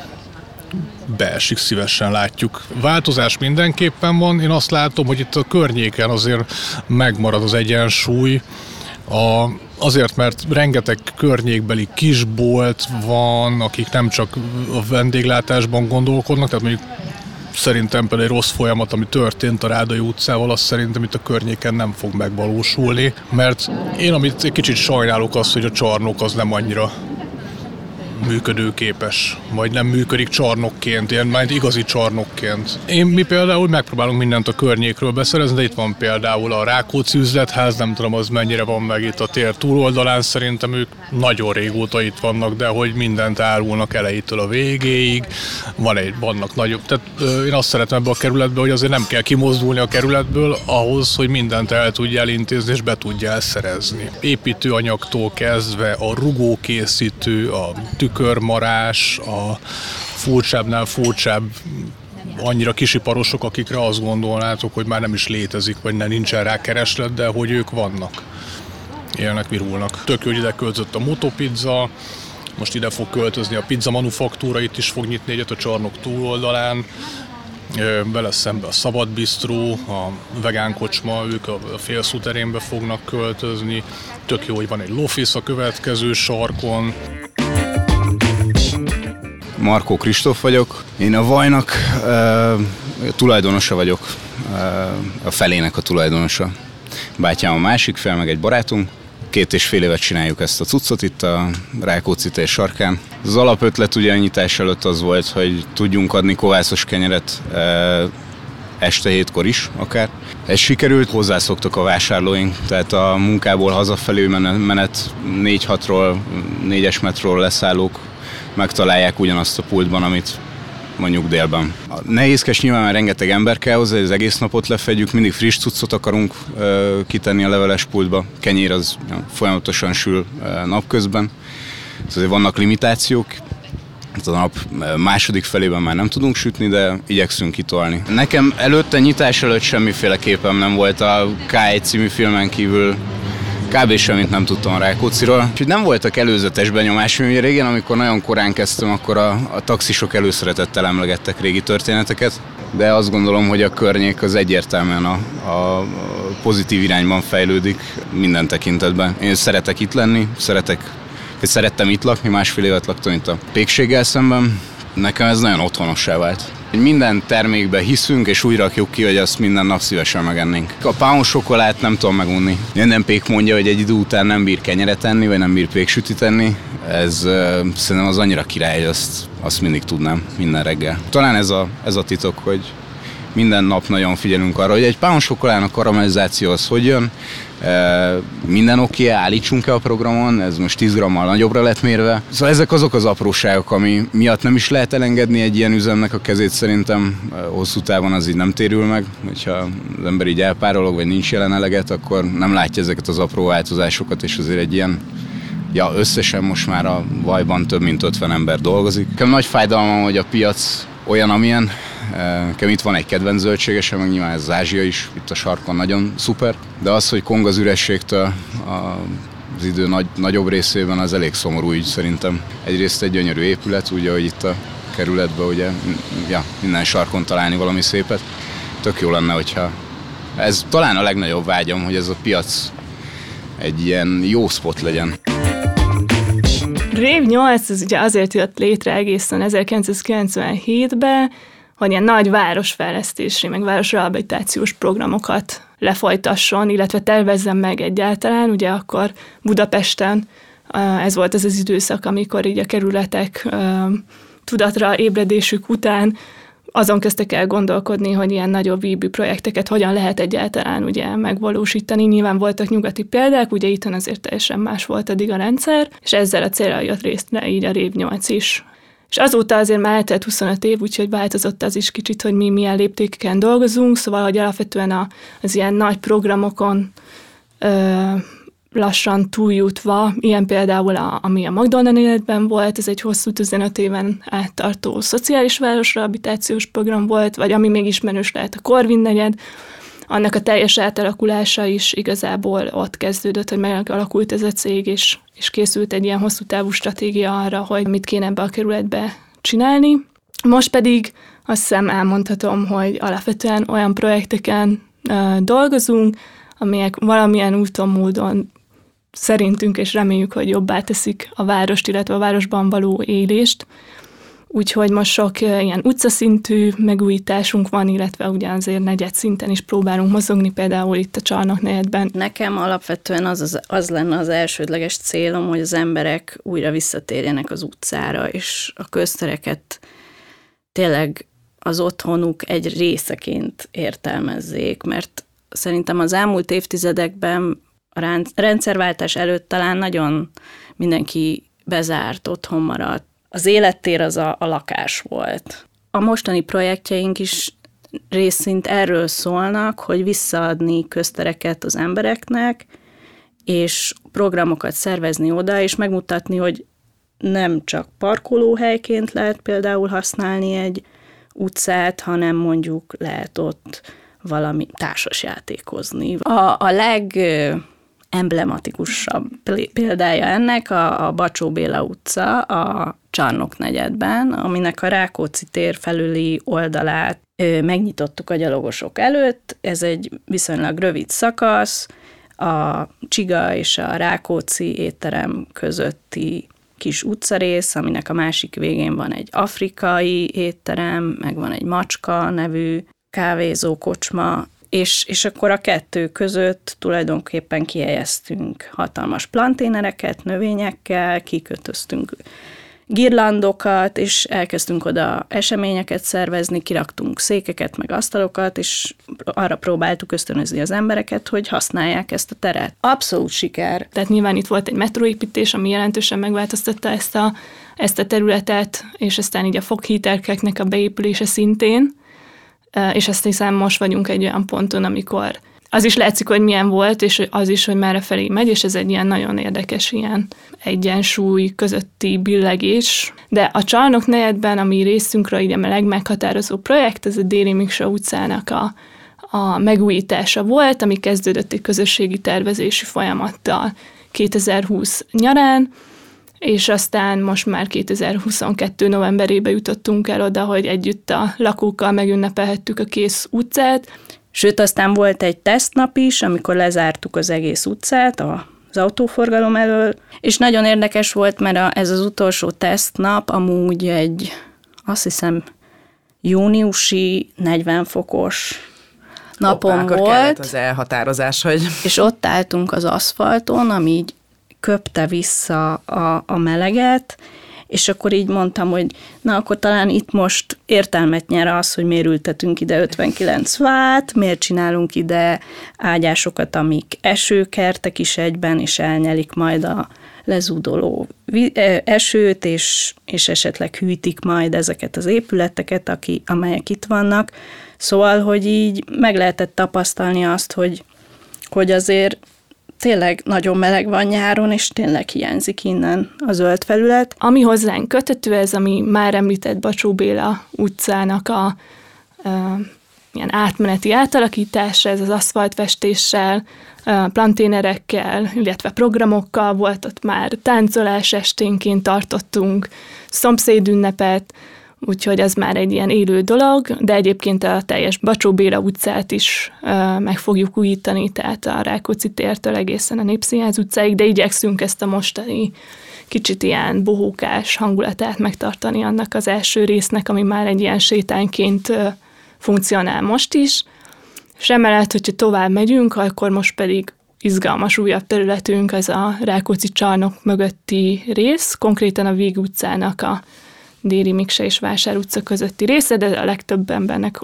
beesik, szívesen látjuk. Változás mindenképpen van. Én azt látom, hogy itt a környéken azért megmarad az egyensúly. A, azért, mert rengeteg környékbeli kisbolt van, akik nem csak a vendéglátásban gondolkodnak, tehát mondjuk szerintem például egy rossz folyamat, ami történt a Rádai utcával, az szerintem itt a környéken nem fog megvalósulni, mert én amit egy kicsit sajnálok az, hogy a csarnok az nem annyira működőképes, vagy nem működik csarnokként, ilyen majd igazi csarnokként. Én mi például megpróbálunk mindent a környékről beszerezni, de itt van például a Rákóczi üzletház, nem tudom az mennyire van meg itt a tér túloldalán, szerintem ők nagyon régóta itt vannak, de hogy mindent árulnak elejétől a végéig, van egy, vannak nagyobb, tehát én azt szeretem ebbe a kerületbe, hogy azért nem kell kimozdulni a kerületből ahhoz, hogy mindent el tudjál intézni és be tudjál szerezni. Építőanyagtól kezdve a rugókészítő, a tükörmarás, a furcsábbnál furcsább annyira kisiparosok, akikre azt gondolnátok, hogy már nem is létezik, vagy ne nincsen rá kereslet, de hogy ők vannak. Élnek, virulnak. Tök jó, hogy ide költött a Motopizza, most ide fog költözni a pizza manufaktúra, itt is fog nyitni egyet a csarnok túloldalán. Vele szembe a Szabad Bistró, a vegán kocsma, ők a félszúterénybe fognak költözni. Tök jó, hogy van egy Lofis a következő sarkon. Markó Kristóf vagyok. Én a Vajnak e, tulajdonosa vagyok, e, a felének a tulajdonosa. Bátyám a másik fel, meg egy barátunk. Két és fél évet csináljuk ezt a cuccot itt a Rákóczi tér sarkán. Az alapötlet ugye a nyitás előtt az volt, hogy tudjunk adni kovászos kenyeret e, este hétkor is akár. Ez sikerült, hozzászoktak a vásárlóink, tehát a munkából hazafelé menet négy-hatról, négyes metról leszállók megtalálják ugyanazt a pultban, amit mondjuk délben. Nehézkes nyilván, mert rengeteg ember kell hozzá, az egész napot lefedjük, mindig friss cuccot akarunk ö, kitenni a leveles pultba. Kenyér az ja, folyamatosan sül ö, napközben, azért vannak limitációk. A nap második felében már nem tudunk sütni, de igyekszünk kitolni. Nekem előtte, nyitás előtt semmiféle képem nem volt a ká egy című filmen kívül, kb. Semmit nem tudtam a Rákócziról. Úgyhogy nem voltak előzetes benyomásom, hogy régen, amikor nagyon korán kezdtem, akkor a, a taxisok előszeretettel emlegettek régi történeteket, de azt gondolom, hogy a környék az egyértelműen a, a pozitív irányban fejlődik minden tekintetben. Én szeretek itt lenni, szeretek, szerettem itt lakni, másfél évet laktam itt a Pékséggel szemben. Nekem ez nagyon otthonossá vált. Minden termékbe hiszünk, és úgy rakjuk ki, hogy azt minden nap szívesen megennénk. A Pound Chocolate nem tudom megunni. Minden pék mondja, hogy egy idő után nem bír kenyeret enni, vagy nem bír péksütit enni. Ez uh, szerintem az annyira király, hogy azt, azt mindig tudnám, minden reggel. Talán ez a, ez a titok, hogy minden nap nagyon figyelünk arra, hogy egy Pound Chocolate a karamellizáció az hogy jön. Uh, minden oké, állítsunk-e a programon, ez most tíz grammal nagyobbra lett mérve. Szóval ezek azok az apróságok, ami miatt nem is lehet elengedni egy ilyen üzemnek a kezét, szerintem uh, hosszú távon az így nem térül meg. Hogyha az ember így elpárolog, vagy nincs jelen eleget, akkor nem látja ezeket az apró változásokat, és azért egy ilyen, ja, összesen most már a Vajban több mint ötven ember dolgozik. Nekem nagy fájdalmam, hogy a piac olyan, amilyen. Nekem itt van egy kedvenc zöldségesem, meg nyilván ez az Ázsia is, itt a sarkon nagyon szuper, de az, hogy kong az ürességtől az idő nagy, nagyobb részében, az elég szomorú ügy szerintem. Egyrészt egy gyönyörű épület, ugye, hogy itt a kerületben ugye, ja, minden sarkon találni valami szépet. Tök jó lenne, hogyha ez talán a legnagyobb vágyam, hogy ez a piac egy ilyen jó spot legyen. Rév nyolc az ugye azért jött létre egészen ezerkilencszázkilencvenhétben, hogy ilyen nagy városfejlesztési, meg városrehabilitációs programokat lefolytasson, illetve tervezzen meg egyáltalán. Ugye akkor Budapesten ez volt az az időszak, amikor így a kerületek tudatra ébredésük után azon kezdtek el gondolkodni, hogy ilyen nagyobb íbű projekteket hogyan lehet egyáltalán ugye megvalósítani. Nyilván voltak nyugati példák, ugye itthon azért teljesen más volt addig a rendszer, és ezzel a célra jött részre így a Rév nyolc is. És azóta azért már eltelt huszonöt év, úgyhogy változott az is kicsit, hogy mi milyen léptékeken dolgozunk, szóval, hogy alapvetően a, az ilyen nagy programokon ö, lassan túljutva, ilyen például, a, ami a Magdolna életben volt, ez egy hosszú tizenöt éven áttartó szociális városrehabilitációs program volt, vagy ami még ismerős lehet a Korvin negyed, annak a teljes átalakulása is igazából ott kezdődött, hogy megalakult ez a cég, és, és készült egy ilyen hosszú távú stratégia arra, hogy mit kéne ebbe a kerületbe csinálni. Most pedig azt hiszem elmondhatom, hogy alapvetően olyan projekteken uh, dolgozunk, amelyek valamilyen úton, módon szerintünk és reméljük, hogy jobbá teszik a várost, illetve a városban való élést. Úgyhogy most sok ilyen utcaszintű megújításunk van, illetve ugye azért negyed szinten is próbálunk mozogni, például itt a Csarnok negyedben. Nekem alapvetően az, az, az lenne az elsődleges célom, hogy az emberek újra visszatérjenek az utcára, és a köztereket tényleg az otthonuk egy részeként értelmezzék, mert szerintem az elmúlt évtizedekben a rendszerváltás előtt talán nagyon mindenki bezárt, otthon maradt. Az élettér az a, a lakás volt. A mostani projektjeink is részint erről szólnak, hogy visszaadni köztereket az embereknek, és programokat szervezni oda, és megmutatni, hogy nem csak parkolóhelyként lehet például használni egy utcát, hanem mondjuk lehet ott valami társasjátékozni. A, a leg emblematikusabb példája ennek a, a Bacsó Béla utca a Csarnok negyedben, aminek a Rákóczi tér felüli oldalát ö, megnyitottuk a gyalogosok előtt. Ez egy viszonylag rövid szakasz, a Csiga és a Rákóczi étterem közötti kis utcarész, aminek a másik végén van egy afrikai étterem, meg van egy Macska nevű kávézó, kocsma, és, és akkor a kettő között tulajdonképpen kihelyeztünk hatalmas planténereket, növényekkel, kikötöztünk girlandokat, és elkezdtünk oda eseményeket szervezni, kiraktunk székeket, meg asztalokat, és arra próbáltuk ösztönözni az embereket, hogy használják ezt a teret. Abszolút siker. Tehát nyilván itt volt egy metróépítés, ami jelentősen megváltoztatta ezt a, ezt a területet, és aztán így a foghítelkeknek a beépülése szintén, és azt hiszem most vagyunk egy olyan ponton, amikor az is látszik, hogy milyen volt, és az is, hogy merre felé megy, és ez egy ilyen nagyon érdekes ilyen egyensúly közötti billegés. De a Csarnok negyedben, ami részünkről így a legmeghatározó projekt, ez a Déri Miksa utcának a, a megújítása volt, ami kezdődött egy közösségi tervezési folyamattal kétezer-húsz nyarán, és aztán most már kétezer-huszonkettő novemberébe jutottunk el oda, hogy együtt a lakókkal megünnepelhettük a kész utcát. Sőt, aztán volt egy tesztnap is, amikor lezártuk az egész utcát az autóforgalom elől, és nagyon érdekes volt, mert a, ez az utolsó tesztnap amúgy egy, azt hiszem, júniusi negyven fokos napon Hoppá, volt. Kellett az elhatározás, hogy... És ott álltunk az aszfalton, ami így köpte vissza a, a meleget, és akkor így mondtam, hogy na, akkor talán itt most értelmet nyer az, hogy miért ültetünk ide ötvenkilenc fát, miért csinálunk ide ágyásokat, amik esőkertek is egyben, és elnyelik majd a lezúdoló esőt, és, és esetleg hűtik majd ezeket az épületeket, aki, amelyek itt vannak. Szóval, hogy így meg lehetett tapasztalni azt, hogy, hogy azért tényleg nagyon meleg van nyáron, és tényleg hiányzik innen a zöld felület. Ami hozzánk köthető, ez, ami már említett Bacsó Béla utcának a, a ilyen átmeneti átalakítása, ez az aszfaltfestéssel, planténerekkel, illetve programokkal volt, ott már táncolás esténként tartottunk, szomszédünnepet, úgyhogy ez már egy ilyen élő dolog, de egyébként a teljes Bacsó Béla utcát is uh, meg fogjuk újítani, tehát a Rákóczi tértől egészen a Népszínház utcáig, de igyekszünk ezt a mostani kicsit ilyen bohókás hangulatát megtartani annak az első résznek, ami már egy ilyen sétányként uh, funkcionál most is, és emellett, hogyha tovább megyünk, akkor most pedig izgalmas újabb területünk, az a Rákóczi Csarnok mögötti rész, konkrétan a Víg utcának a Déri Miksa és Vásár utca közötti része, de a legtöbb embernek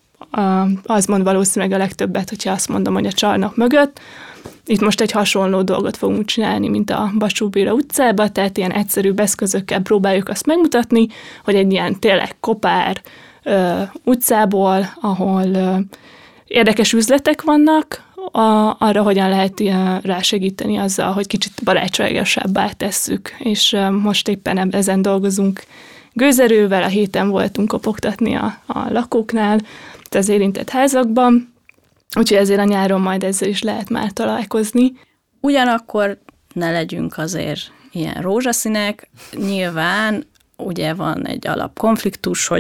az mond valószínűleg a legtöbbet, hogyha azt mondom, hogy a Csarnok mögött. Itt most egy hasonló dolgot fogunk csinálni, mint a Bacsó Béla utcában, tehát ilyen egyszerűbb eszközökkel próbáljuk azt megmutatni, hogy egy ilyen tényleg kopár ö, utcából, ahol ö, érdekes üzletek vannak, a, arra hogyan lehet ö, rásegíteni azzal, hogy kicsit barátságosabbá tesszük, és ö, most éppen ezen dolgozunk gőzerővel, a héten voltunk kopogtatni a, a lakóknál, az érintett házakban, úgyhogy ezért a nyáron majd ezzel is lehet már találkozni. Ugyanakkor ne legyünk azért ilyen rózsaszínek. Nyilván ugye van egy alapkonfliktus, hogy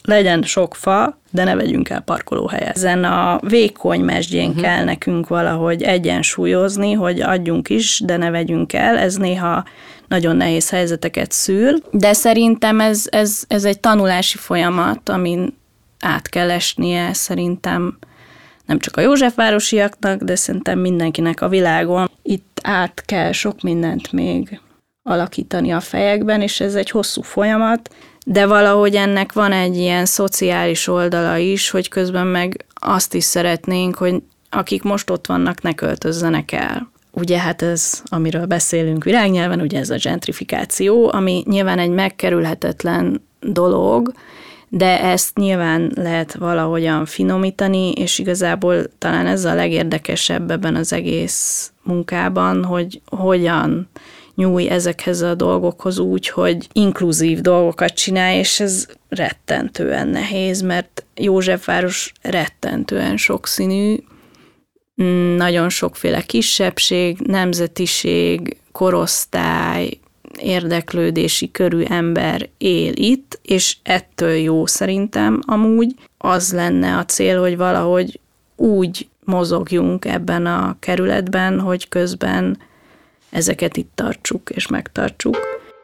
legyen sok fa, de ne vegyünk el parkolóhelyet. Ezen a vékony mesdjén uh-huh. kell nekünk valahogy egyensúlyozni, hogy adjunk is, de ne vegyünk el. Ez néha nagyon nehéz helyzeteket szül, de szerintem ez, ez, ez egy tanulási folyamat, amin át kell esnie szerintem nem csak a józsefvárosiaknak, de szerintem mindenkinek a világon. Itt át kell sok mindent még alakítani a fejekben, és ez egy hosszú folyamat, de valahogy ennek van egy ilyen szociális oldala is, hogy közben meg azt is szeretnénk, hogy akik most ott vannak, ne költözzenek el. Ugye hát ez, amiről beszélünk világnyelven, ugye ez a gentrifikáció, ami nyilván egy megkerülhetetlen dolog, de ezt nyilván lehet valahogyan finomítani, és igazából talán ez a legérdekesebb ebben az egész munkában, hogy hogyan nyúj ezekhez a dolgokhoz úgy, hogy inkluzív dolgokat csinál, és ez rettentően nehéz, mert Józsefváros rettentően sokszínű, nagyon sokféle kisebbség, nemzetiség, korosztály, érdeklődési körű ember él itt, és ettől jó szerintem amúgy. Az lenne a cél, hogy valahogy úgy mozogjunk ebben a kerületben, hogy közben ezeket itt tartsuk és megtartsuk.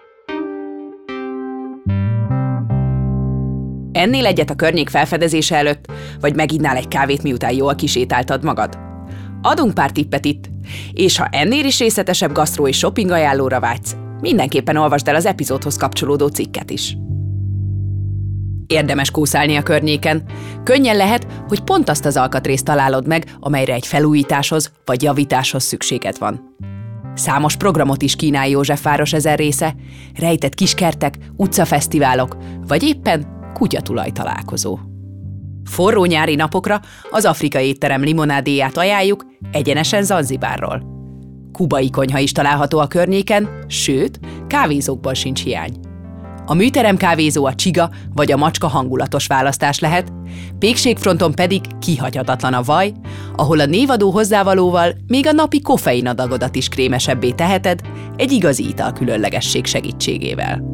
Ennél egyet a környék felfedezése előtt, vagy meginnál egy kávét, miután jól kisétáltad magad? Adunk pár tippet itt, és ha ennél is részletesebb gasztró és shopping ajánlóra vágysz, mindenképpen olvasd el az epizódhoz kapcsolódó cikket is. Érdemes kószálni a környéken. Könnyen lehet, hogy pont azt az alkatrészt találod meg, amelyre egy felújításhoz vagy javításhoz szükséged van. Számos programot is kínál Józsefváros ezen része, rejtett kiskertek, utcafesztiválok, vagy éppen kutyatulaj találkozó. Forró nyári napokra az afrikai étterem limonádéját ajánljuk egyenesen Zanzibárról. Kubai konyha is található a környéken, sőt, kávézókból sincs hiány. A műterem kávézó a csiga vagy a macska hangulatos választás lehet, pékségfronton pedig kihagyhatatlan a vaj, ahol a névadó hozzávalóval még a napi koffeinadagodat is krémesebbé teheted egy igazi ital különlegesség segítségével.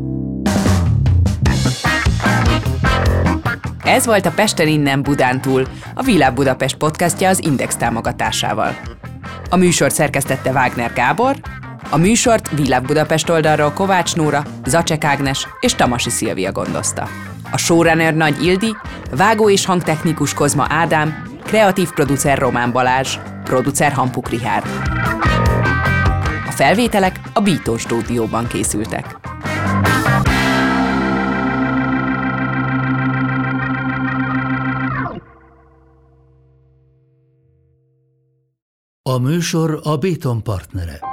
Ez volt a Pesten innen Budán túl, a Világ Budapest podcastja az Index támogatásával. A műsort szerkesztette Wagner Gábor, a műsort Világ Budapest oldalról Kovács Nóra, Zacsek Ágnes és Tamasi Szilvia gondozta. A showrunner Nagy Ildi, vágó és hangtechnikus Kozma Ádám, kreatív producer Román Balázs, producer Hampuk Richárd. A felvételek a Bító stúdióban készültek. A műsor a Béton partnere.